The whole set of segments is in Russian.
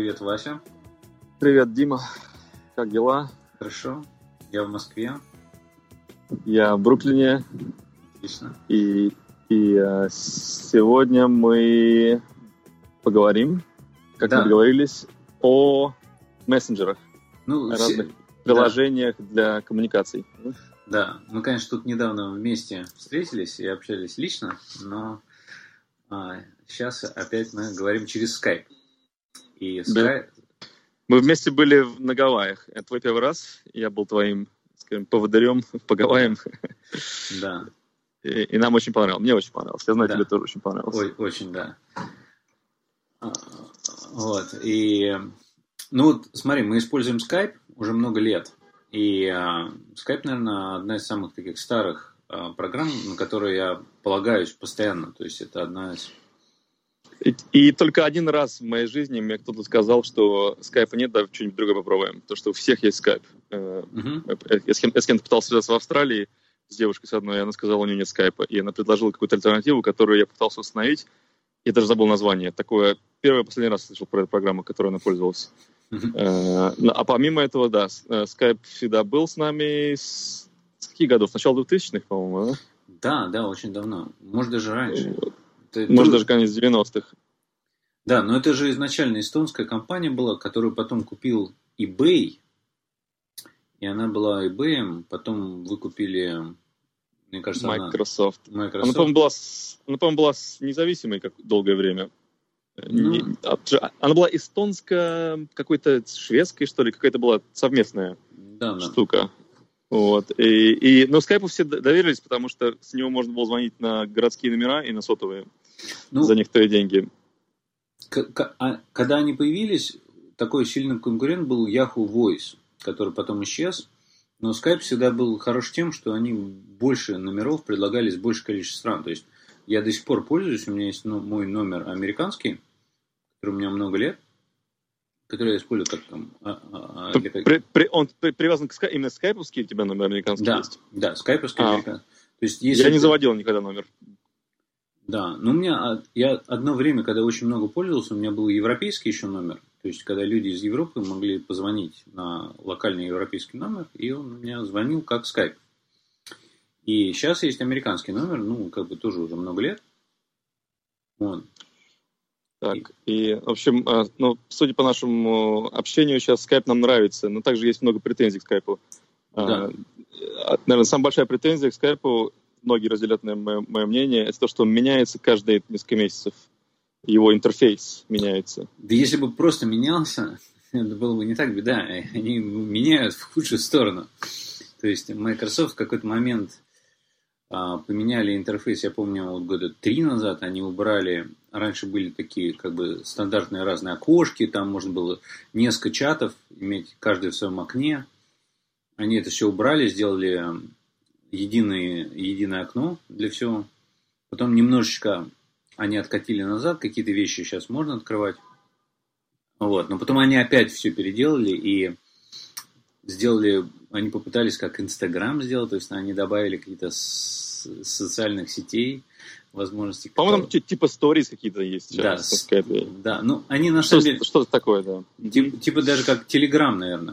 Привет, Вася. Привет, Дима. Как дела? Хорошо. Я в Москве. Я в Бруклине. Отлично. И сегодня мы поговорим, как мы договорились, о мессенджерах, разных приложениях для коммуникаций. Да, мы, конечно, тут недавно вместе встретились и общались лично, но сейчас опять мы говорим через Skype. И Skype... Мы вместе были на Гавайях. Это твой первый раз. Я был твоим, скажем, поводырем по Гавайям. Да. И нам очень понравилось. Мне очень понравилось. Я знаю, тебе тоже очень понравилось. Ой, очень, да. Вот. И, вот смотри, мы используем Skype уже много лет. И Skype, наверное, одна из самых таких старых программ, на которые я полагаюсь постоянно. То есть это одна из... И только один раз в моей жизни мне кто-то сказал, что скайпа нет, давай что-нибудь другое попробуем. То, что у всех есть скайп. Я с кем-то пытался связаться в Австралии, с девушкой с одной, и она сказала, у нее нет скайпа. И она предложила какую-то альтернативу, которую я пытался установить. Я даже забыл название. Такое первый и последний раз слышал про эту программу, которой она пользовалась. А помимо этого, да, скайп всегда был с нами с каких годов? С начала 2000-х, по-моему, да? Да, очень давно. Может, даже раньше. Может, даже конец 90-х. Да, но это же изначально эстонская компания была, которую потом купил eBay. И она была eBay, потом выкупили, мне кажется, Microsoft. Она, по-моему, была независимой долгое время. Она была эстонская, какой-то шведской, что ли, какая-то была совместная штука. Вот. Но скайпу все доверились, потому что с него можно было звонить на городские номера и на сотовые за некоторые деньги. Когда они появились, такой сильный конкурент был Yahoo Voice, который потом исчез. Но Skype всегда был хорош тем, что они больше номеров предлагали с большим количеством стран. То есть я до сих пор пользуюсь, у меня есть мой номер американский, который у меня много лет, который я использую как там... Он привязан именно скайповский, у тебя номер американский есть? Да, скайповский американский. То есть, я не заводил никогда номер. Да, но я одно время, когда очень много пользовался, у меня был европейский еще номер. То есть, когда люди из Европы могли позвонить на локальный европейский номер, и он у меня звонил как скайп. И сейчас есть американский номер, тоже уже много лет. Вот. Так, в общем, судя по нашему общению, сейчас скайп нам нравится, но также есть много претензий к скайпу. Да. Наверное, самая большая претензия к скайпу, многие разделяют мое мнение, это то, что он меняется каждые несколько месяцев. Его интерфейс меняется. Да если бы просто менялся, это было бы не так беда. Они меняют в худшую сторону. То есть Microsoft в какой-то момент поменяли интерфейс. Я помню, года 3 назад они убрали... Раньше были такие стандартные разные окошки. Там можно было несколько чатов иметь, каждый в своем окне. Они это все убрали, сделали единое окно для всего. Потом немножечко они откатили назад. Какие-то вещи сейчас можно открывать. Вот. Но потом они опять все переделали и сделали... Они попытались как Instagram сделать. То есть они добавили какие-то социальных сетей, возможности. По-моему, там типа stories какие-то есть сейчас на скайпе. Да, они на самом деле... Что-то такое, да. Типа даже как Telegram, наверное.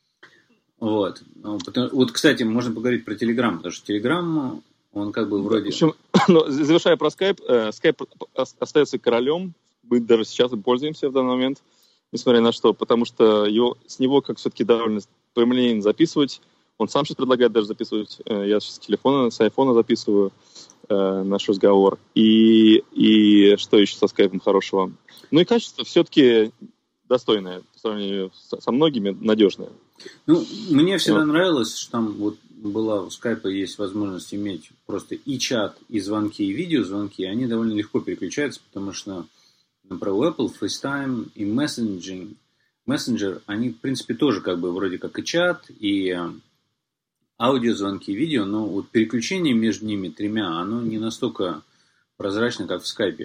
Вот. Вот, кстати, можно поговорить про Telegram, потому что Telegram, он вроде... В общем, завершая про Skype, Skype остается королем. Мы даже сейчас им пользуемся в данный момент, несмотря на что, потому что с него как все-таки довольно прямолинейно записывать. Он сам сейчас предлагает даже записывать. Я сейчас с айфона записываю наш разговор. И что еще со скайпом хорошего? И качество все-таки достойное по сравнению со многими, надежное. Мне всегда нравилось, что там у скайпа есть возможность иметь просто и чат, и звонки, и видеозвонки. Они довольно легко переключаются, потому что, например, у Apple, FaceTime и Messenger, они, в принципе, тоже вроде как и чат, и аудиозвонки, и видео, но переключение между ними тремя, оно не настолько прозрачно, как в скайпе.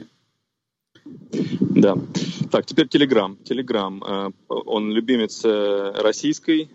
Да. Так, теперь Telegram. Telegram, он любимец российской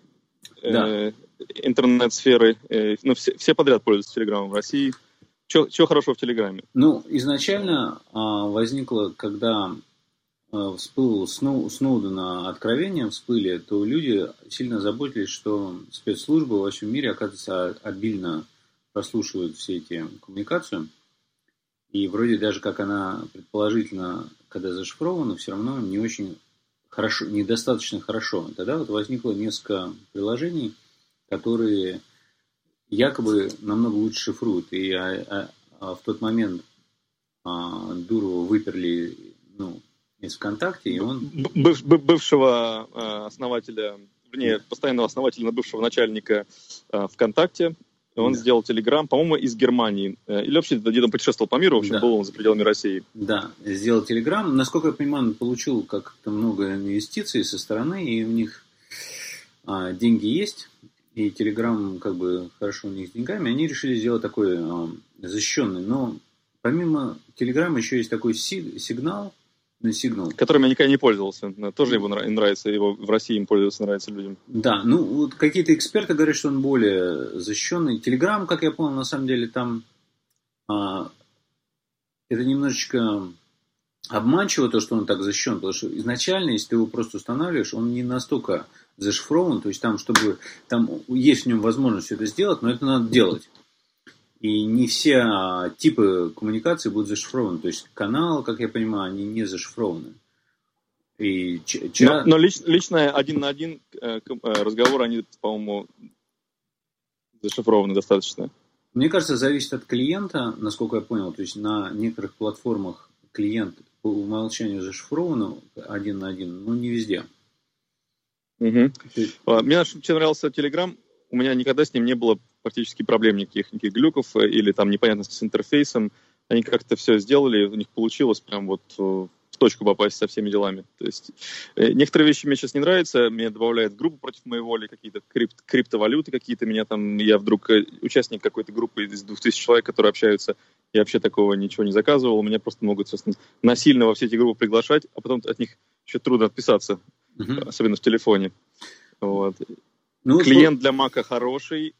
интернет-сферы. Все подряд пользуются Telegram в России. Чего хорошего в Телеграме? Изначально возникло, когда всплыл Сноудена откровения, всплыли, то люди сильно заботились, что спецслужбы во всем мире, оказывается, обильно прослушивают все эти коммуникации. И вроде даже как она предположительно, когда зашифрована, все равно не очень хорошо, недостаточно хорошо. Тогда вот возникло несколько приложений, которые якобы намного лучше шифруют. И в тот момент Дурова выперли из ВКонтакте, и он... Бывшего основателя, постоянного основателя, бывшего начальника ВКонтакте, он сделал Телеграм, по-моему, из Германии. Или вообще где-то путешествовал по миру, в общем, был он за пределами России. Да, сделал Телеграм. Насколько я понимаю, он получил как-то много инвестиций со стороны, и у них деньги есть, и Телеграм как бы хорошо у них с деньгами. Они решили сделать такой защищенный. Но помимо Телеграма еще есть такой сигнал, которым я никогда не пользовался. Тоже его нравится, его в России им пользоваться нравится людям. Да, вот какие-то эксперты говорят, что он более защищенный. Телеграм, как я понял, на самом деле там это немножечко обманчиво, то, что он так защищен, потому что изначально, если ты его просто устанавливаешь, он не настолько зашифрован, то есть там есть в нем возможность это сделать, но это надо делать. И не все типы коммуникации будут зашифрованы. То есть каналы, как я понимаю, они не зашифрованы. Но личное 1 на 1 разговор, они, по-моему, зашифрованы достаточно. Мне кажется, зависит от клиента, насколько я понял. То есть на некоторых платформах клиент по умолчанию зашифрован 1 на 1, но не везде. Угу. Мне очень нравился Telegram. У меня никогда с ним не было практически проблем никаких глюков или там непонятностей с интерфейсом. Они как-то все сделали, у них получилось прям вот в точку попасть со всеми делами. То есть некоторые вещи мне сейчас не нравятся, меня добавляют в группу против моей воли, какие-то криптовалюты какие-то, я вдруг участник какой-то группы из 2000 человек, которые общаются, я вообще такого ничего не заказывал, меня просто могут, собственно, насильно во все эти группы приглашать, а потом от них еще трудно отписаться, особенно в телефоне. Вот. Клиент для Мака хороший.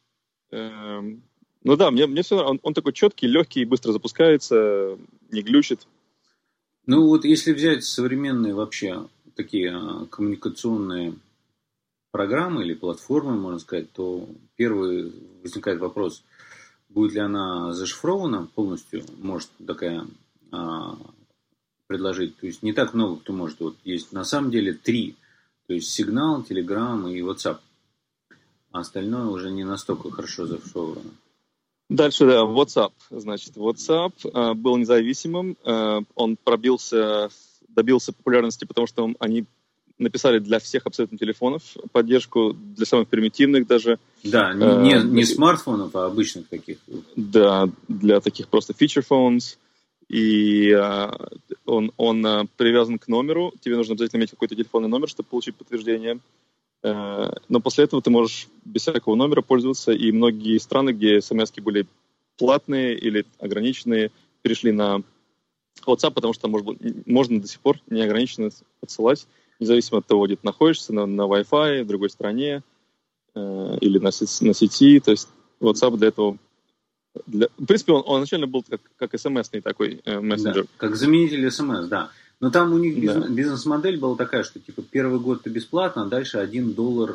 Мне все нравится. Он такой четкий, легкий, быстро запускается, не глючит. Вот если взять современные вообще такие коммуникационные программы или платформы, можно сказать, то первый возникает вопрос, будет ли она зашифрована полностью, может такая предложить. То есть не так много кто может. Вот есть на самом деле 3. То есть Signal, Telegram и WhatsApp. А остальное уже не настолько хорошо зашифровано. Дальше, да, WhatsApp. Значит, WhatsApp был независимым. Он добился популярности, потому что они написали для всех абсолютно телефонов поддержку, для самых примитивных даже. Да, не смартфонов, а обычных таких. Да, для таких просто feature phones. И он привязан к номеру. Тебе нужно обязательно иметь какой-то телефонный номер, чтобы получить подтверждение. Но после этого ты можешь без всякого номера пользоваться, и многие страны, где смс-ки были платные или ограниченные, перешли на WhatsApp, потому что можно до сих пор неограниченно отсылать, независимо от того, где ты находишься, на Wi-Fi, в другой стране или на сети. То есть WhatsApp для этого... В принципе, он изначально был как смс-ный такой мессенджер. Да, как заменитель смс, да. Но там у них бизнес-модель была такая, что типа первый год ты бесплатно, а дальше $1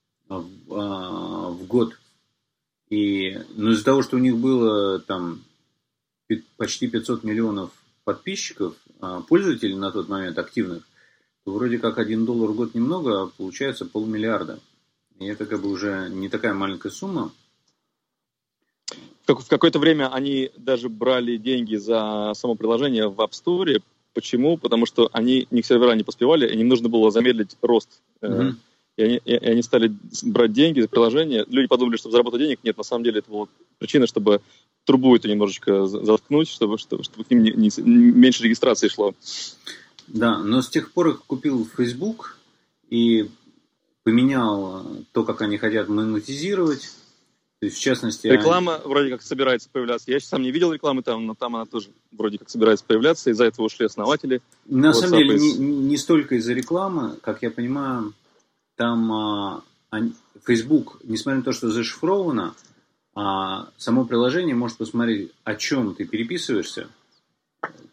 в год. Но из-за того, что у них было там почти 500 миллионов подписчиков, пользователей на тот момент активных, то вроде как $1 в год немного, а получается $500 million. И это как бы уже не такая маленькая сумма. В какое-то время они даже брали деньги за само приложение в App Store. Почему? Потому что них сервера не поспевали, и им нужно было замедлить рост. И они стали брать деньги за приложение. Люди подумали, чтобы заработать денег. Нет, на самом деле это была причина, чтобы трубу эту немножечко заткнуть, чтобы к ним меньше регистрации шло. Да, но с тех пор, как купил Facebook и поменял то, как они хотят монетизировать, то есть, в частности... Реклама вроде как собирается появляться. Я сейчас сам не видел рекламы там, но там она тоже вроде как собирается появляться. Из-за этого ушли основатели. На самом деле, не столько из-за рекламы, как я понимаю, там Facebook, несмотря на то, что зашифровано, само приложение может посмотреть, о чем ты переписываешься,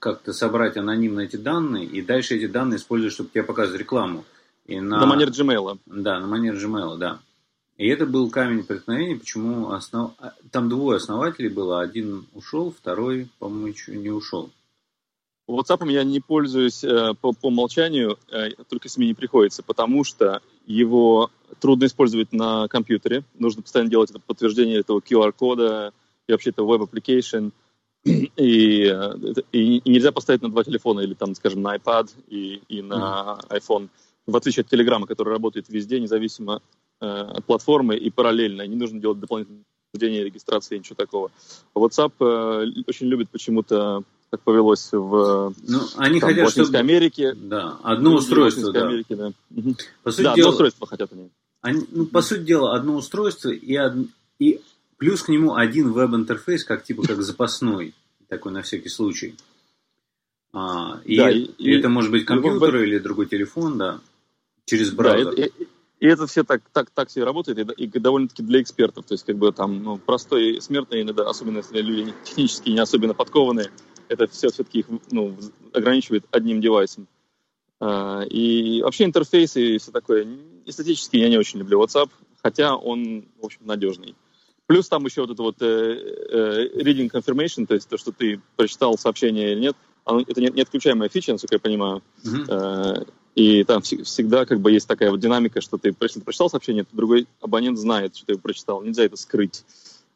как-то собрать анонимно эти данные, и дальше эти данные использовать, чтобы тебе показывать рекламу. И на манер Gmail. Да, на манер Gmail, да. И это был камень преткновения, почему там двое основателей было, один ушел, второй, по-моему, еще не ушел. WhatsApp я не пользуюсь по умолчанию, только если мне не приходится, потому что его трудно использовать на компьютере. Нужно постоянно делать это подтверждение этого QR-кода и вообще это веб-аппликейшн. И нельзя поставить на два телефона, или там, скажем, на iPad и на iPhone. В отличие от Telegram, который работает везде, независимо от платформы и параллельно. Не нужно делать дополнительное подтверждение регистрации, ничего такого. WhatsApp очень любит почему-то, как повелось в они хотят, Латинской чтобы... Америке. Да, одно устройство, да. Америке, да. По сути дела, одно устройство хотят они. По сути дела, одно устройство и плюс к нему один веб-интерфейс, как запасной, такой на всякий случай. И это может быть компьютер или другой телефон, да, через браузер. Да, и это все так себе работает, и довольно-таки для экспертов. То есть, там, простой смертный, иногда, особенно если люди технически не особенно подкованные, это все-таки их ограничивает одним девайсом. И вообще интерфейс и все такое. Эстетически я не очень люблю WhatsApp, хотя он, в общем, надежный. Плюс там еще вот это вот reading confirmation, то есть то, что ты прочитал сообщение или нет, это неотключаемая фича, насколько я понимаю. И там всегда есть такая вот динамика, что ты, если ты прочитал сообщение, то другой абонент знает, что ты его прочитал. Нельзя это скрыть.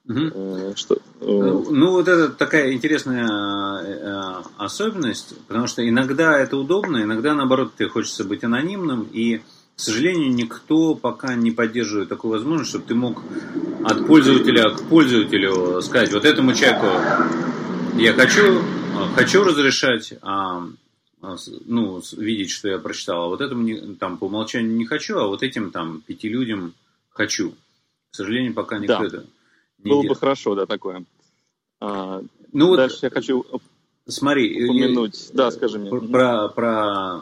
Вот это такая интересная особенность, потому что иногда это удобно, иногда, наоборот, тебе хочется быть анонимным, и, к сожалению, никто пока не поддерживает такую возможность, чтобы ты мог от пользователя к пользователю сказать, вот этому человеку я хочу разрешать, видеть, что я прочитал, а вот этому там по умолчанию не хочу, а вот этим там 5 людям хочу. К сожалению, пока никто это не было делает. Бы хорошо, да, такое. Дальше я хочу упомянуть. Да, скажи мне. Про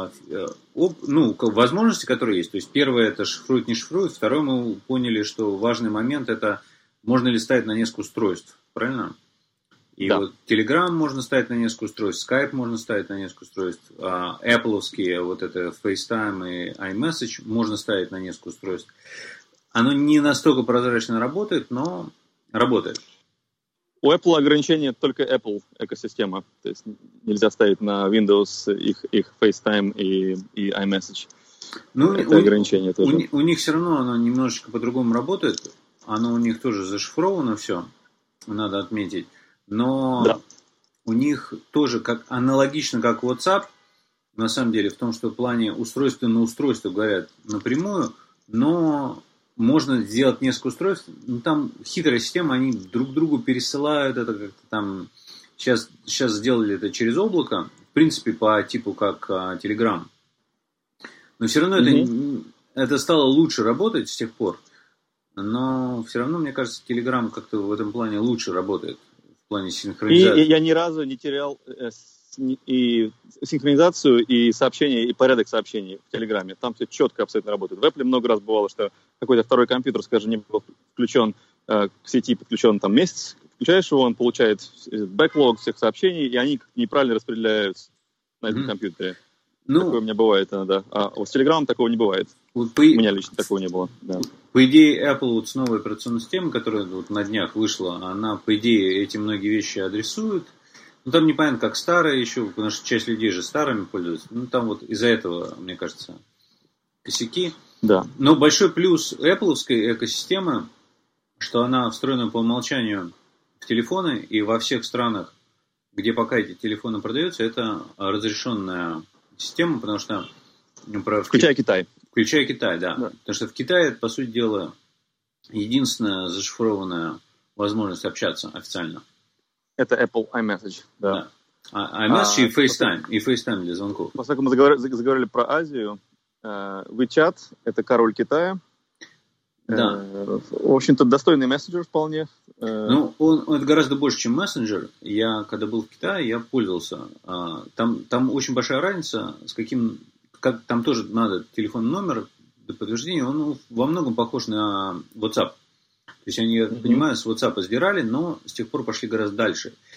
возможности, которые есть. То есть, первое, это шифрует, не шифрует. Второе, мы поняли, что важный момент, это можно ли ставить на несколько устройств. Правильно? И вот Telegram можно ставить на несколько устройств, Skype можно ставить на несколько устройств, Apple'овские, вот это FaceTime и iMessage можно ставить на несколько устройств. Оно не настолько прозрачно работает, но работает. У Apple ограничение только Apple экосистема. То есть нельзя ставить на Windows их FaceTime и iMessage. Это ограничение тоже. У них все равно оно немножечко по-другому работает. Оно у них тоже зашифровано все, надо отметить. Но у них тоже аналогично, как WhatsApp, на самом деле, в том, что в плане устройства на устройство говорят напрямую, но можно сделать несколько устройств. Там хитрая система, они друг другу пересылают это как-то там. Сейчас сделали это через облако, в принципе, по типу как Telegram. Но все равно это стало лучше работать с тех пор. Но все равно, мне кажется, Telegram как-то в этом плане лучше работает. В плане синхронизации. И я ни разу не терял и синхронизацию, и сообщения, и порядок сообщений в Телеграме. Там все четко абсолютно работает. В Apple много раз бывало, что какой-то второй компьютер, скажем, не был включен к сети, подключен там месяц. Включаешь его, он получает бэклог всех сообщений, и они неправильно распределяются на этом компьютере. Такое у меня бывает иногда. А с Telegram такого не бывает. У меня лично такого не было. Да. По идее, Apple с новой операционной системой, которая на днях вышла, она, по идее, эти многие вещи адресует. Там непонятно, как старые еще, потому что часть людей же старыми пользуются. Там вот из-за этого, мне кажется, косяки. Да. Но большой плюс Apple'овской экосистемы, что она встроена по умолчанию в телефоны, и во всех странах, где пока эти телефоны продаются, это разрешенная система, потому что... Включая Китай. Включая Китай, да. Потому что в Китае, по сути дела, единственная зашифрованная возможность общаться официально. Это Apple iMessage. Да. iMessage и FaceTime. И FaceTime для звонков. Поскольку мы заговорили про Азию, WeChat – это король Китая. Да. В общем-то, достойный мессенджер вполне. Он это гораздо больше, чем мессенджер. Я, когда был в Китае, я пользовался. Там очень большая разница, там тоже надо телефонный номер для подтверждения. Он во многом похож на WhatsApp. То есть они, я понимаю, с WhatsApp сдирали, но с тех пор пошли гораздо дальше.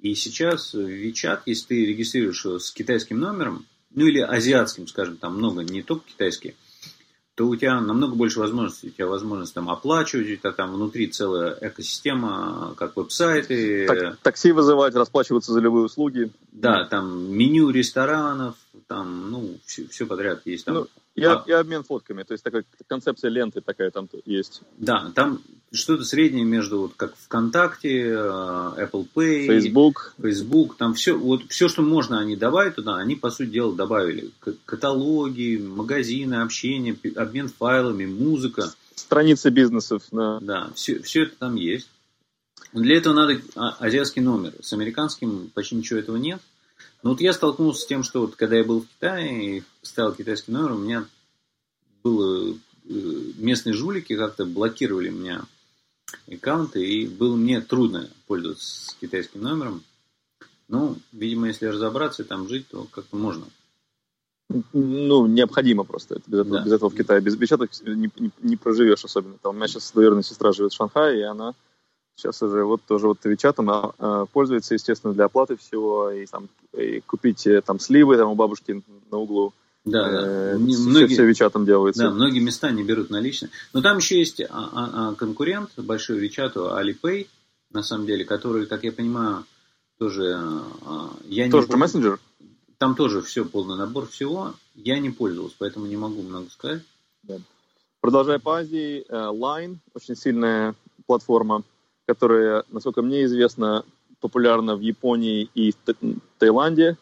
И сейчас WeChat, если ты регистрируешь с китайским номером, ну или азиатским, скажем, там много, не только китайские, то у тебя намного больше возможностей. У тебя возможность там оплачивать, у тебя там внутри целая экосистема, как веб-сайты. Такси вызывать, расплачиваться за любые услуги. Да, там меню ресторанов, там, ну, все подряд есть. Там. И обмен фотками, то есть такая концепция ленты такая там есть. Да, там что-то среднее между, вот как ВКонтакте, Apple Pay, Facebook, там все, вот все, что можно, они добавить туда, они, по сути дела, добавили. Каталоги, магазины, общение, обмен файлами, музыка. Страницы бизнесов. Да, все это там есть. Для этого надо азиатский номер. С американским почти ничего этого нет. Но вот я столкнулся с тем, что вот когда я был в Китае и ставил китайский номер, у меня было местные жулики как-то блокировали у меня аккаунты, и было мне трудно пользоваться китайским номером. Ну, видимо, если разобраться и там жить, то как-то можно. Ну, необходимо просто. Без этого в Китае. Без WeChat не проживешь особенно. Там, у меня сейчас двоюродная сестра живет в Шанхае, и она сейчас уже вот тоже вот WeChat пользуется, естественно, для оплаты всего, и купить там сливы там у бабушки на углу. Да, все WeChat делается. Да, многие места не берут наличные. Но там еще есть конкурент большой WeChat, Alipay, на самом деле, который, как я понимаю, тоже... Тоже мессенджер? Там тоже все, полный набор всего. Я не пользовался, поэтому не могу много сказать. Да. Продолжая по Азии, Line, очень сильная платформа, которая, насколько мне известно, популярна в Японии и Таиланде,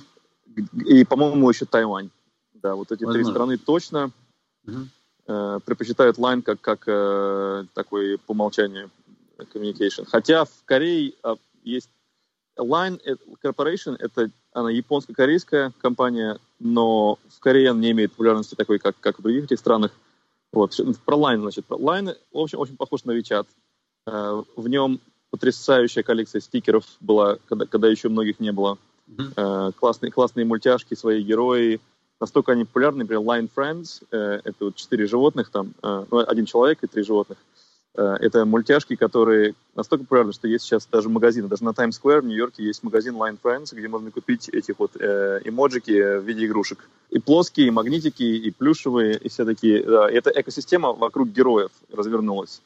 и, по-моему, еще Тайвань. Да, вот эти три страны точно предпочитают Line как такой по умолчанию communication. Хотя в Корее есть Line Corporation, она японско-корейская компания, но в Корее она не имеет популярности такой, как в других этих странах. Вот. Про Line, значит. Line, в общем, очень похож на WeChat. В нем потрясающая коллекция стикеров была, когда еще многих не было. Классные мультяшки, свои герои. Настолько они популярны, например, Line Friends. Это вот 4 животных, там, один человек и 3 животных. Это мультяшки, которые настолько популярны, что есть сейчас даже магазины. Даже на Таймс-сквер в Нью-Йорке есть магазин Line Friends, где можно купить эти вот эмоджики в виде игрушек. И плоские, и магнитики, и плюшевые, и все такие. Да, эта экосистема вокруг героев развернулась.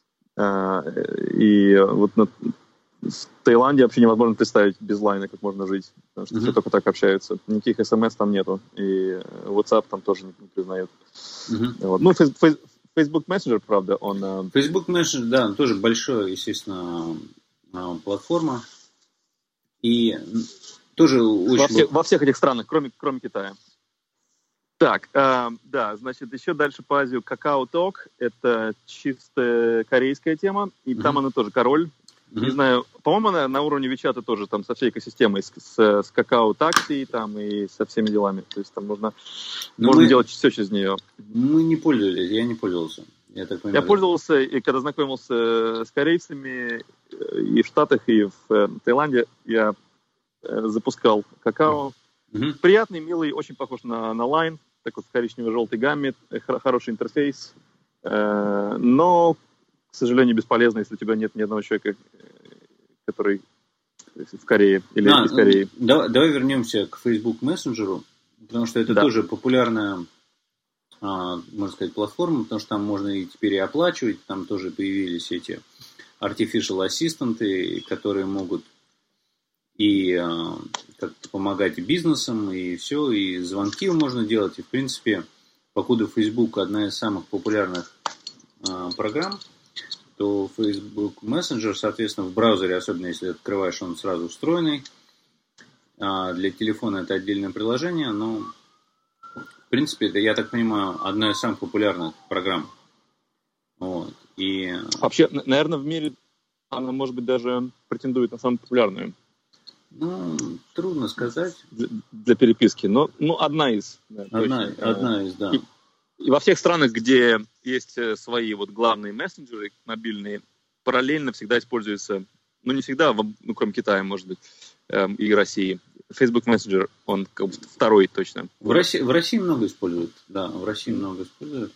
И вот в Таиланде вообще невозможно представить без лайна, как можно жить, потому что все только так общаются. Никаких смс там нету, и WhatsApp там тоже не признают. Вот. Ну, Facebook Messenger, правда, он... Facebook Messenger, да, тоже большая, естественно, платформа. И тоже очень... Во всех этих странах, кроме Китая. Так, да, значит, еще дальше по Азию KakaoTalk. Это чисто корейская тема, и там она тоже король. Не знаю, по-моему, она на уровне WeChat тоже там со всей экосистемой, с какао-такси там и со всеми делами. То есть там можно делать все через нее. Мы не пользовались, я не пользовался. Я пользовался, и когда знакомился с корейцами и в Штатах, и в Таиланде, я запускал какао. Приятный, милый, очень похож на Line, такой в коричнево-желтой гамме, хороший интерфейс, но, к сожалению, бесполезно, если у тебя нет ни одного человека, который в Корее или из Кореи. Давай вернемся к Facebook Messenger, потому что это тоже популярная, можно сказать, платформа, потому что там можно и теперь и оплачивать, там тоже появились эти artificial ассистенты, которые могут и как-то помогать и бизнесам, и все, и звонки можно делать. И, в принципе, покуда Facebook одна из самых популярных программ, то Facebook Messenger, соответственно, в браузере, особенно если открываешь, он сразу встроенный. Для телефона это отдельное приложение, но, в принципе, это, я так понимаю, одна из самых популярных программ. Вот. И... Вообще, наверное, в мире она, может быть, даже претендует на самую популярную. Ну, трудно сказать. Для переписки. Но одна из. Да, одна из, да. И во всех странах, где есть свои вот главные мессенджеры мобильные, параллельно всегда используется, ну не всегда, кроме Китая, может быть, и России. Facebook Messenger, он как бы второй точно. В России много используют. Да, в России много используют.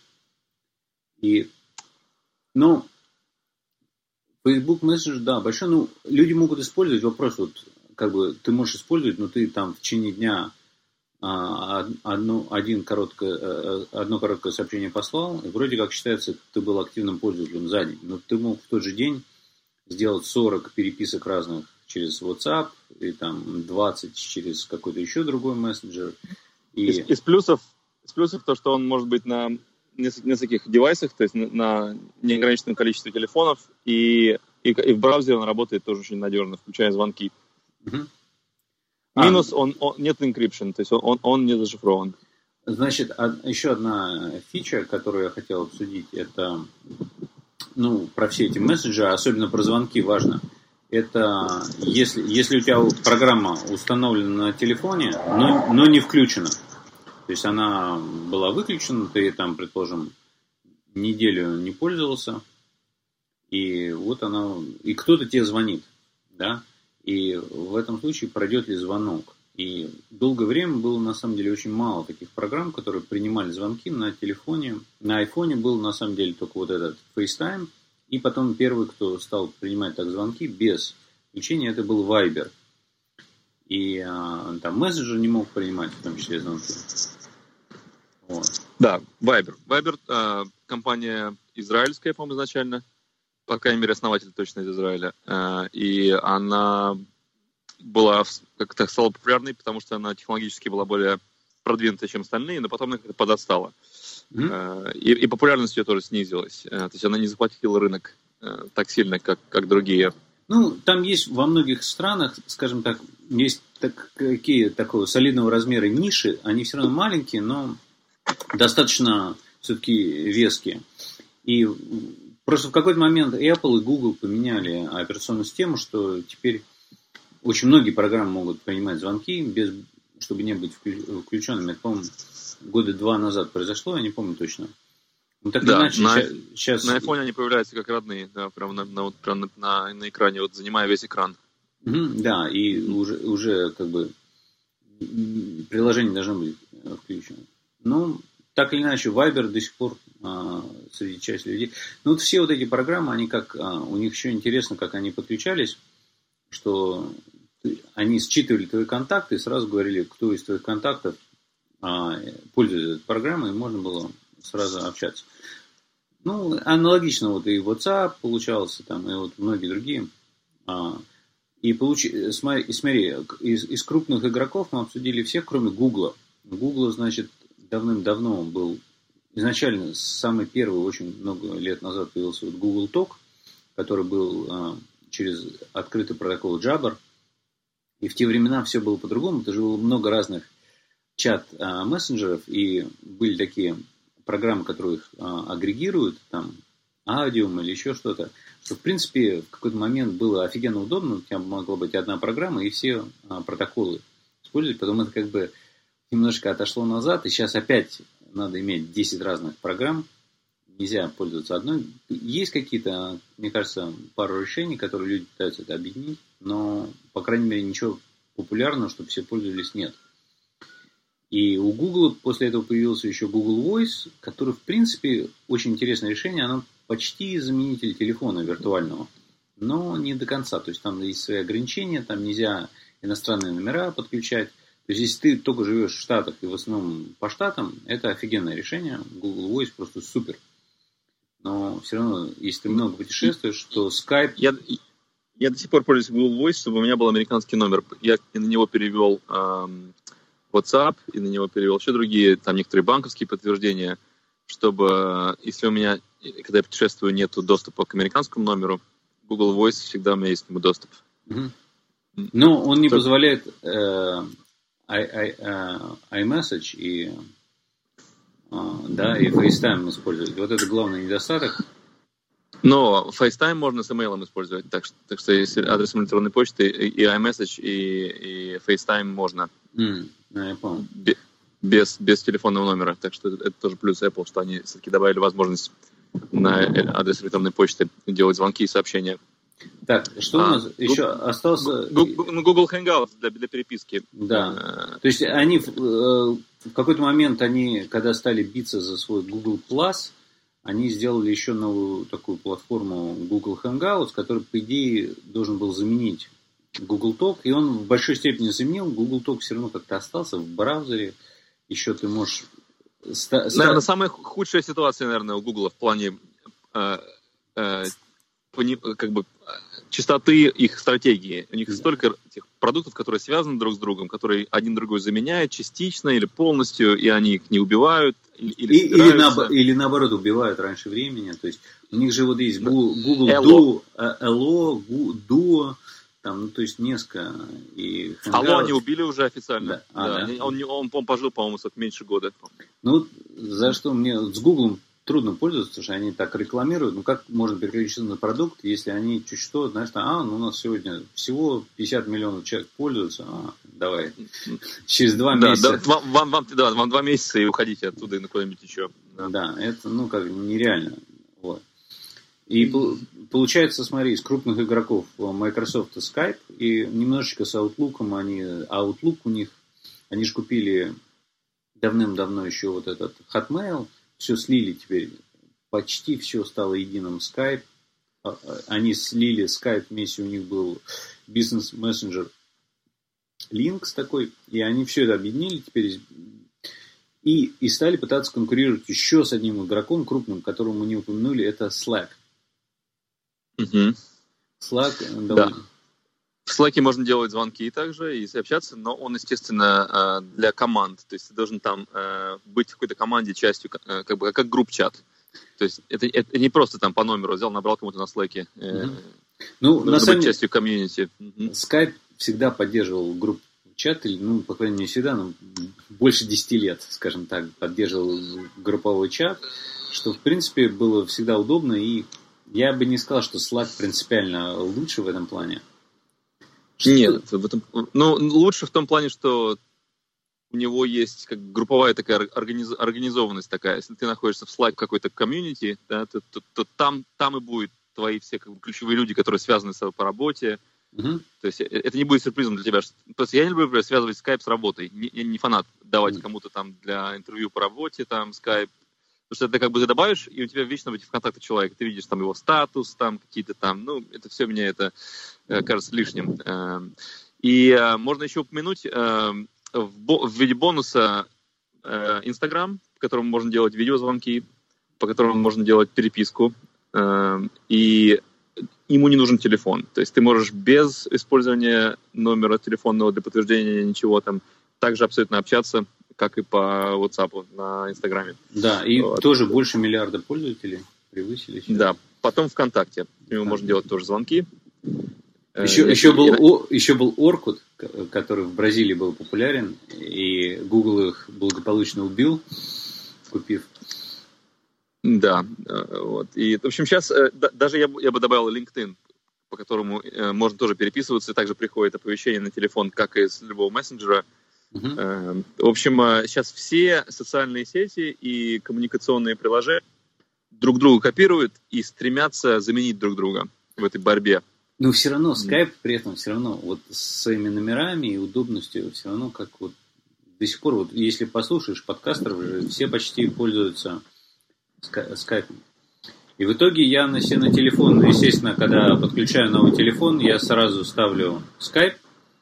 И, Facebook Messenger, да, большой. Ну, люди могут использовать. Вопрос, вот, как бы ты можешь использовать, но ты там в течение дня одно короткое сообщение послал, и вроде как считается, ты был активным пользователем за день. Но ты мог в тот же день сделать 40 переписок разных через WhatsApp, и там 20 через какой-то еще другой мессенджер. Из плюсов то, что он может быть на нескольких девайсах, то есть на неограниченном количестве телефонов, и в браузере он работает тоже очень надежно, включая звонки. Угу. Минус, нет encryption, то есть он не зашифрован. Значит, еще одна фича, которую я хотел обсудить, это про все эти месседжи, особенно про звонки важно. Это если у тебя программа установлена на телефоне, но не включена. То есть она была выключена, ты там, предположим, неделю не пользовался, и вот и кто-то тебе звонит, да? И в этом случае пройдет ли звонок. И долгое время было на самом деле очень мало таких программ, которые принимали звонки на телефоне. На айфоне был на самом деле только вот этот FaceTime. И потом первый, кто стал принимать так звонки без включения, это был Viber. И там мессенджер не мог принимать, в том числе звонки. Вот. Да, Viber. Viber компания израильская, по-моему, изначально. По крайней мере, основатель точно из Израиля. И она как-то стала популярной, потому что она технологически была более продвинутая, чем остальные, но потом она как-то подотстала. И популярность ее тоже снизилась. То есть она не захватила рынок так сильно, как другие. Там есть во многих странах, скажем так, есть такого солидного размера ниши. Они все равно маленькие, но достаточно все-таки веские. И просто в какой-то момент Apple и Google поменяли операционную систему, что теперь очень многие программы могут принимать звонки, чтобы не быть включенными. Это, по-моему, 2 года назад произошло, я не помню точно. Так да, иначе, сейчас... на iPhone они появляются как родные, да, прямо на экране, вот занимая весь экран. Да, и уже как бы приложение должно быть включено. Так или иначе, Viber до сих пор среди части людей. Все вот эти программы, они у них еще интересно, как они подключались, что они считывали твои контакты и сразу говорили, кто из твоих контактов пользуется этой программой, и можно было сразу общаться. Аналогично вот и WhatsApp получался, там, и вот многие другие. Смотри, из крупных игроков мы обсудили всех, кроме Google. Google, значит, давным-давно был, изначально, самый первый, очень много лет назад появился вот Google Talk, который был через открытый протокол Jabber. И в те времена все было по-другому, потому что было много разных чат-мессенджеров, и были такие программы, которые их агрегируют, там, Audium или еще что-то, что, в принципе, в какой-то момент было офигенно удобно, у тебя могла быть одна программа и все протоколы использовать, потом это как бы немножко отошло назад, и сейчас опять надо иметь 10 разных программ, нельзя пользоваться одной. Есть какие-то, мне кажется, пару решений, которые люди пытаются это объединить, но, по крайней мере, ничего популярного, чтобы все пользовались, нет. И у Google после этого появился еще Google Voice, который, в принципе, очень интересное решение. Оно почти заменитель телефона виртуального, но не до конца. То есть там есть свои ограничения, там нельзя иностранные номера подключать. То есть если ты только живешь в Штатах и в основном по Штатам, это офигенное решение. Google Voice просто супер. Но все равно, если ты много путешествуешь, то Skype... Я до сих пор пользуюсь Google Voice, чтобы у меня был американский номер. Я на него перевел WhatsApp, и на него перевел еще другие, там некоторые банковские подтверждения, чтобы, если у меня, когда я путешествую, нету доступа к американскому номеру, Google Voice всегда у меня есть к нему доступ. Но он не позволяет iMessage и FaceTime использовать. Вот это главный недостаток. Но FaceTime можно с email использовать, так что если адресом электронной почты и iMessage, и FaceTime можно. Я понял. Без телефонного номера. Так что это тоже плюс Apple, что они все-таки добавили возможность на адрес электронной почты делать звонки и сообщения. Так, что у нас еще остался? Google Hangouts для переписки. Да. То есть они в какой-то момент, когда стали биться за свой Google Plus, они сделали еще новую такую платформу Google Hangouts, который, по идее, должен был заменить Google Talk, и он в большой степени заменил. Google Talk все равно как-то остался в браузере. Еще ты можешь... Наверное, самая худшая ситуация, наверное, у Google в плане чистоты их стратегии. У них столько этих продуктов, которые связаны друг с другом, которые один другой заменяют частично или полностью, и они их не убивают. Или наоборот убивают раньше времени. То есть у них же вот есть Google Duo, Allo, Duo, там, ну, то есть несколько. И Allo они убили уже официально. Да. Он пожил, по-моему, меньше года. Ну, за что мне с Google трудно пользоваться, потому что они так рекламируют. Ну, как можно переключиться на продукт, если они чуть что, знаешь, у нас сегодня всего 50 миллионов человек пользуются. Давай. Через 2 месяца. Вам 2 месяца и уходите оттуда и на куда-нибудь еще. Да, это, нереально. Вот. И получается, смотри, из крупных игроков Microsoft и Skype, и немножечко с Outlook, Outlook у них, они же купили давным-давно еще вот этот Hotmail, все слили теперь, почти все стало единым Skype. Они слили Skype, вместе у них был бизнес-мессенджер Links такой, и они все это объединили теперь и стали пытаться конкурировать еще с одним игроком крупным, которого мы не упомянули, это Slack. Угу. Slack довольно... Да. В Slack можно делать звонки также и общаться, но он, естественно, для команд. То есть ты должен там быть в какой-то команде частью, как групп-чат. То есть это не просто там по номеру взял, набрал кому-то на Slack. На самом быть частью комьюнити. Skype всегда поддерживал групп-чат, по крайней мере, всегда, больше 10 лет, скажем так, поддерживал групповой чат, что, в принципе, было всегда удобно, и я бы не сказал, что Slack принципиально лучше в этом плане. Нет, лучше в том плане, что у него есть как групповая такая организованность такая. Если ты находишься в Slack какой-то комьюнити, да, то там и будут твои все ключевые люди, которые связаны с тобой по работе. То есть это не будет сюрпризом для тебя. Просто я не люблю, например, связывать Skype с работой. Я не фанат давать кому-то там для интервью по работе там Skype. Потому что ты ты добавишь, и у тебя вечно будет в контактах человек. Ты видишь там его статус, там какие-то там, это все мне это кажется лишним. И можно еще упомянуть в виде бонуса Instagram, в котором можно делать видеозвонки, по которому можно делать переписку. И ему не нужен телефон. То есть ты можешь без использования номера телефонного для подтверждения ничего там также абсолютно общаться, как и по WhatsApp на Инстаграме. Да, и тоже больше миллиарда пользователей превысили. Да, потом ВКонтакте. К нему можно делать тоже звонки. Еще был Orkut, который в Бразилии был популярен, и Google их благополучно убил, купив. Да, вот. И, в общем, сейчас даже я бы добавил LinkedIn, по которому можно тоже переписываться, и также приходит оповещение на телефон, как и с любого мессенджера. В общем, сейчас все социальные сети и коммуникационные приложения друг друга копируют и стремятся заменить друг друга в этой борьбе. Но все равно Skype при этом все равно вот с своими номерами и удобностью все равно как вот до сих пор, вот если послушаешь подкастеров, уже все почти пользуются Skype. И в итоге я на телефон, естественно, когда подключаю новый телефон, я сразу ставлю Skype.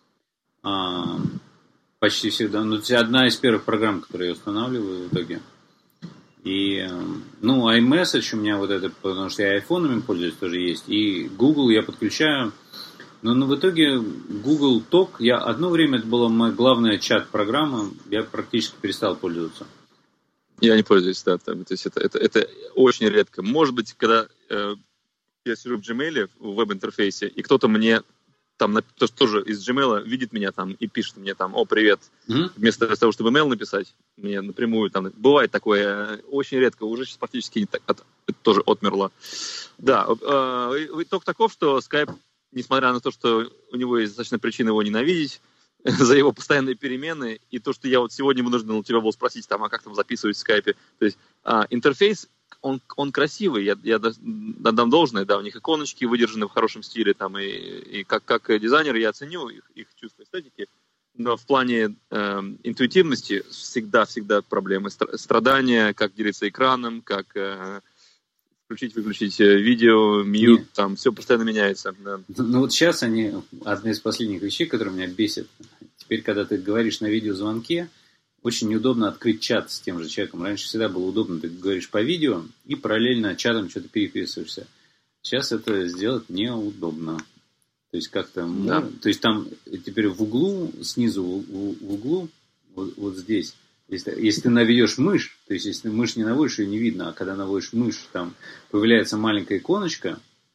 Почти всегда. Это одна из первых программ, которые я устанавливаю в итоге. И, iMessage у меня вот это, потому что я айфонами пользуюсь, тоже есть. И Google я подключаю. Но в итоге Google Talk, одно время это была моя главная чат-программа, я практически перестал пользоваться. Я не пользуюсь, да. То есть это очень редко. Может быть, когда я сижу в Gmail, в веб-интерфейсе, и кто-то мне там тоже из Gmail видит меня там и пишет мне там: «О, привет». Вместо того, чтобы email написать, мне напрямую там... Бывает такое, очень редко, уже сейчас практически тоже отмерло. Да, итог таков, что Skype, несмотря на то, что у него есть достаточно причин его ненавидеть за его постоянные перемены, и то, что я вот сегодня вынужден у тебя был спросить, там, как там записывать в Skype. То есть интерфейс, он красивый, я дам должное, да, у них иконочки выдержаны в хорошем стиле, там, и как дизайнер я ценю их чувство эстетики, но в плане интуитивности всегда проблемы, страдания, как делиться экраном, как включить видео, мьют, там все постоянно меняется. Да. Ну вот сейчас одна из последних вещей, которые меня бесит. Теперь, когда ты говоришь на видеозвонке, очень неудобно открыть чат с тем же человеком. Раньше всегда было удобно, ты говоришь по видео и параллельно чатом что-то переписываешься. Сейчас это сделать неудобно. То есть как-то... Да. То есть там теперь в углу, снизу в углу, вот здесь, если ты наведешь мышь, то есть если ты мышь не наводишь, ее не видно, а когда наводишь мышь, там появляется маленькая иконочка,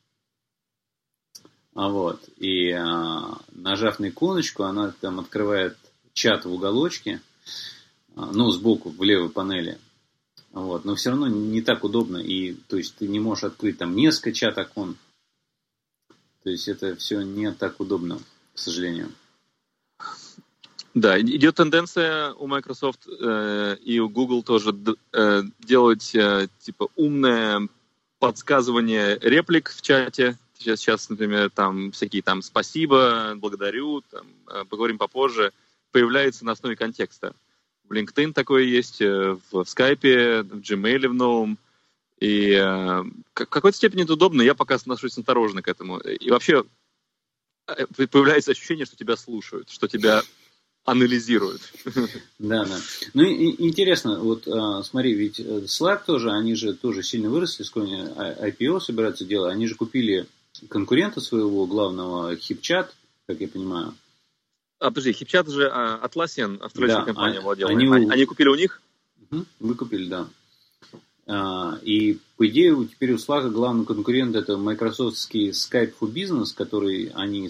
и нажав на иконочку, она там открывает чат в уголочке, сбоку, в левой панели. Но все равно не так удобно. И, то есть ты не можешь открыть там несколько чат-окон. То есть это все не так удобно, к сожалению. Да, идет тенденция у Microsoft и у Google тоже делать типа умное подсказывание реплик в чате. Сейчас, например, там всякие там «спасибо», «благодарю», там, поговорим попозже, появляется на основе контекста. В LinkedIn такое есть, в Skype, в Gmail в новом. И в какой-то степени это удобно, я пока отношусь осторожно к этому. И вообще появляется ощущение, что тебя слушают, что тебя анализируют. Да. Ну, интересно, вот смотри, ведь Slack тоже, они же тоже сильно выросли, скоро IPO собираются делать, они же купили конкурента своего главного, HipChat, как я понимаю. Подожди, HipChat же Atlassian, австралийская компания владела. Они купили у них? Выкупили, да. И, по идее, теперь у Slack главный конкурент это майкрософтский Skype for Business, который они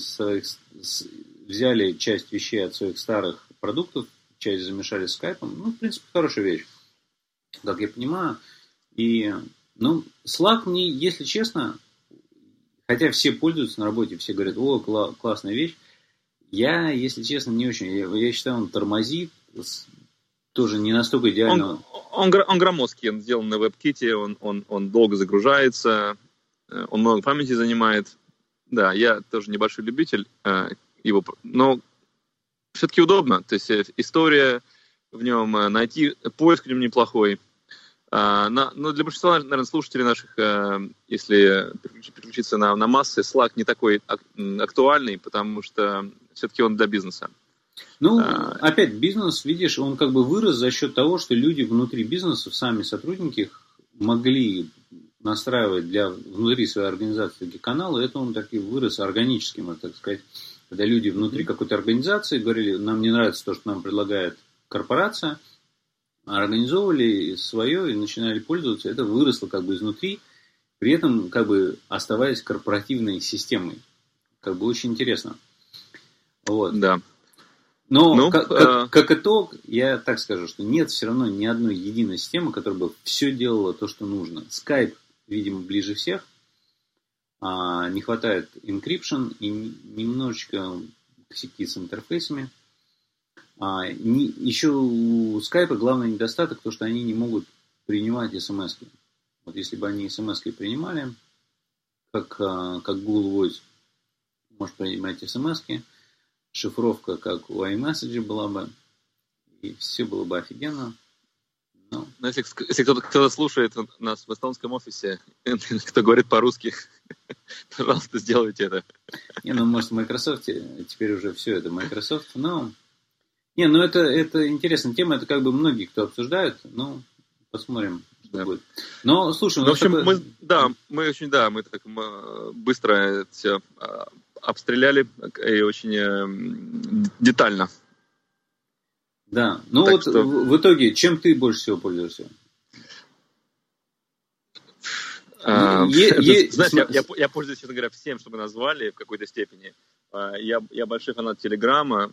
взяли часть вещей от своих старых продуктов, часть замешали с Skype. В принципе, хорошая вещь, как я понимаю. И, Slack мне, если честно, хотя все пользуются на работе, все говорят, классная вещь, я, если честно, не очень. Я считаю, он тормозит, тоже не настолько идеально. Он громоздкий, он сделан на WebKit, он долго загружается, он много памяти занимает. Да, я тоже небольшой любитель его, но все-таки удобно. То есть история в нем, найти поиск в нем неплохой. Но для большинства, наверное, слушателей наших, если переключиться на массы, Slack не такой актуальный, потому что все-таки он для бизнеса. Опять, бизнес, видишь, он как бы вырос за счет того, что люди внутри бизнеса, сами сотрудники, могли настраивать внутри своей организации такие каналы, это он так и вырос органически, можно так сказать. Когда люди внутри какой-то организации говорили, нам не нравится то, что нам предлагает корпорация, организовывали свое и начинали пользоваться, это выросло как бы изнутри, при этом как бы оставаясь корпоративной системой. Как бы очень интересно. Да. Но как итог, я так скажу, что нет все равно ни одной единой системы, которая бы все делала то, что нужно. Skype, видимо, ближе всех. Не хватает encryption и немножечко косяки с интерфейсами. Еще у Skype главный недостаток, то, что они не могут принимать смс-ки. Вот если бы они смс-ки принимали, как Google Voice может принимать смс-ки, шифровка, как у iMessage была бы, и все было бы офигенно. Но если кто-то слушает нас в эстонском офисе, кто говорит по-русски, пожалуйста, сделайте это. Может, в Microsoft теперь уже все это Microsoft, это интересная тема, это как бы многие кто обсуждают, посмотрим, что будет. Но, слушай, в общем, мы так быстро это все обстреляли и очень детально. Да, в итоге, чем ты больше всего пользуешься? Знаете, я пользуюсь, честно говоря, всем, что мы назвали в какой-то степени. Я большой фанат Телеграма,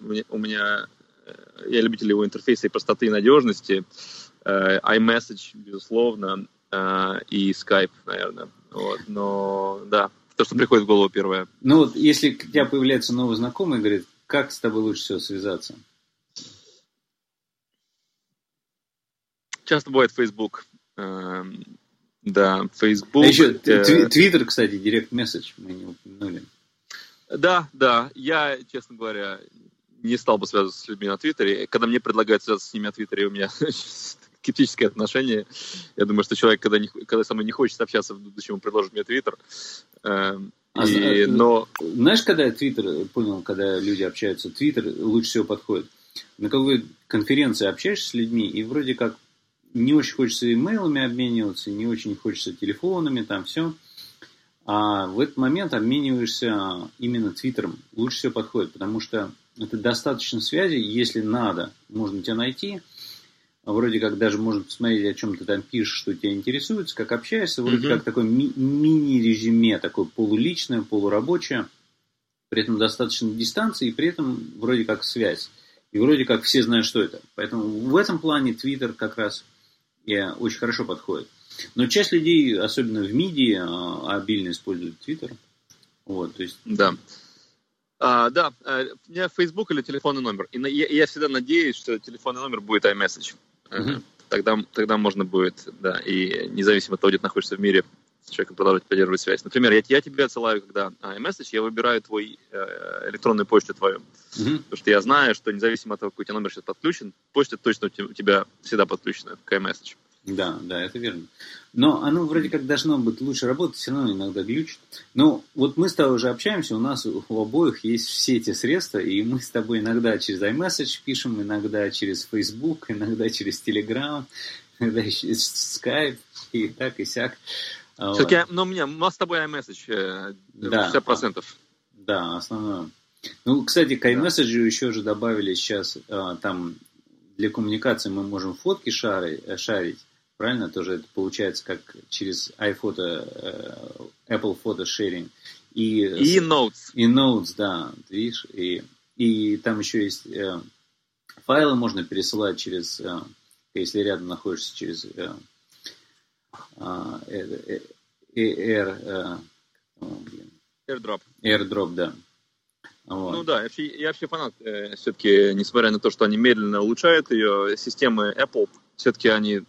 я любитель его интерфейса и простоты и надежности. iMessage, безусловно, и Skype, наверное. Но да, то, что приходит в голову первое. Если у тебя появляется новый знакомый и говорит, как с тобой лучше всего связаться? Часто бывает Facebook. Да, Facebook. А еще Twitter, кстати, Direct Message мы не упомянули. Да. Я, честно говоря, не стал бы связываться с людьми на Твиттере. Когда мне предлагают связаться с ними на Твиттере, у меня скептическое отношение. Я думаю, что человек, когда со мной не хочет общаться, в будущем предложит мне Твиттер. Знаешь, когда я Твиттер понял, когда люди общаются, Твиттер лучше всего подходит. На какой конференции общаешься с людьми, и вроде как не очень хочется имейлами обмениваться, не очень хочется телефонами, там все. А в этот момент обмениваешься именно Твиттером. Лучше всего подходит, потому что это достаточно связи, если надо, можно тебя найти. Вроде как даже можно посмотреть, о чем ты там пишешь, что тебя интересует, как общаешься. Вроде как такое мини-резюме, такое полуличное, полурабочее. При этом достаточно дистанции, и при этом вроде как связь. И вроде как все знают, что это. Поэтому в этом плане Твиттер как раз очень хорошо подходит. Но часть людей, особенно в МИДе, обильно используют Твиттер. Вот, то есть... Да. Да, у меня Facebook или телефонный номер. И я всегда надеюсь, что телефонный номер будет iMessage. Тогда можно будет, да, и независимо от того, где ты находишься в мире, с человеком продолжать поддерживать связь. Например, я тебе отсылаю, когда iMessage, я выбираю твой электронную почту твою. Потому что я знаю, что независимо от того, какой у тебя номер сейчас подключен, почта точно у тебя всегда подключена к iMessage. Да, это верно. Но оно вроде как должно быть лучше работать, все равно иногда глючит. Но вот мы с тобой уже общаемся, у нас у обоих есть все эти средства, и мы с тобой иногда через iMessage пишем, иногда через Facebook, иногда через Telegram, иногда через Skype, и так, и сяк. Все-таки, но у нас с тобой iMessage 60%. Да, основное. Ну, кстати, к iMessage еще же добавили сейчас, там для коммуникации мы можем фотки шарить. Правильно? Тоже это получается как через iPhoto, Apple Photo Sharing. И Notes. И Notes, да. Видишь? И там еще есть файлы можно пересылать через, если рядом находишься, через AirDrop, да. Вот. Ну да, я вообще фанат. Все-таки, несмотря на то, что они медленно улучшают ее, системы Apple, все-таки они...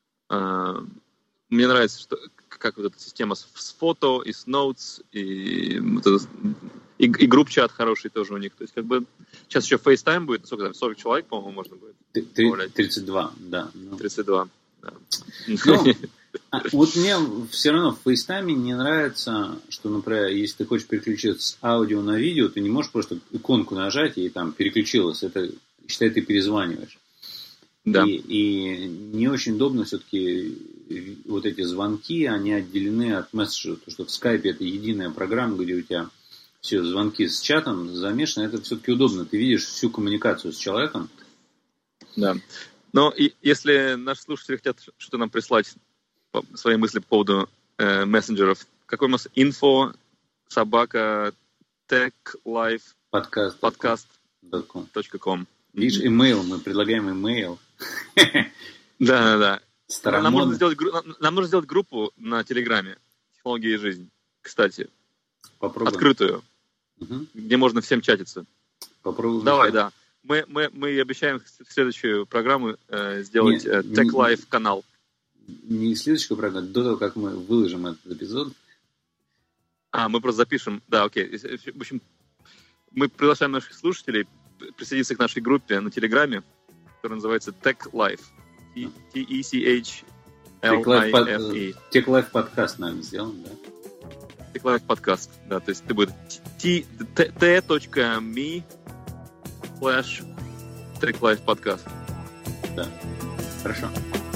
Мне нравится, что как вот эта система с фото, и с notes, и групп-чат хороший тоже у них. То есть, как бы, сейчас еще FaceTime будет, сколько там, 40 человек, по-моему, можно будет. 32, да. 32, да. Вот мне все равно в FaceTime не нравится, что, например, если ты хочешь переключиться с аудио на видео, ты не можешь просто иконку нажать и там переключилось. Это, считай, ты перезваниваешь. Да. И не очень удобно все-таки вот эти звонки, они отделены от мессенджера. Потому что в скайпе это единая программа, где у тебя все звонки с чатом замешаны. Это все-таки удобно. Ты видишь всю коммуникацию с человеком. Да. Но если наши слушатели хотят что-то нам прислать, свои мысли по поводу мессенджеров, какой у нас info techlifepodcast.com. Видишь, имейл, мы предлагаем имейл. Да. Нам нужно сделать группу на Телеграме «Технология и жизнь», кстати. Попробуем. Открытую, где можно всем чатиться. Попробуем. Давай, да. Мы обещаем в следующую программу сделать Tech Life канал. Не следующую программу, до того, как мы выложим этот эпизод. Мы просто запишем. Да, окей. В общем, мы приглашаем наших слушателей присоединиться к нашей группе на Телеграме, которая называется Tech Life. Techlife. Tech Life подкаст нам сделан, да? Tech Life подкаст, да. То есть это будет t.me/Tech Life подкаст. Да. Хорошо.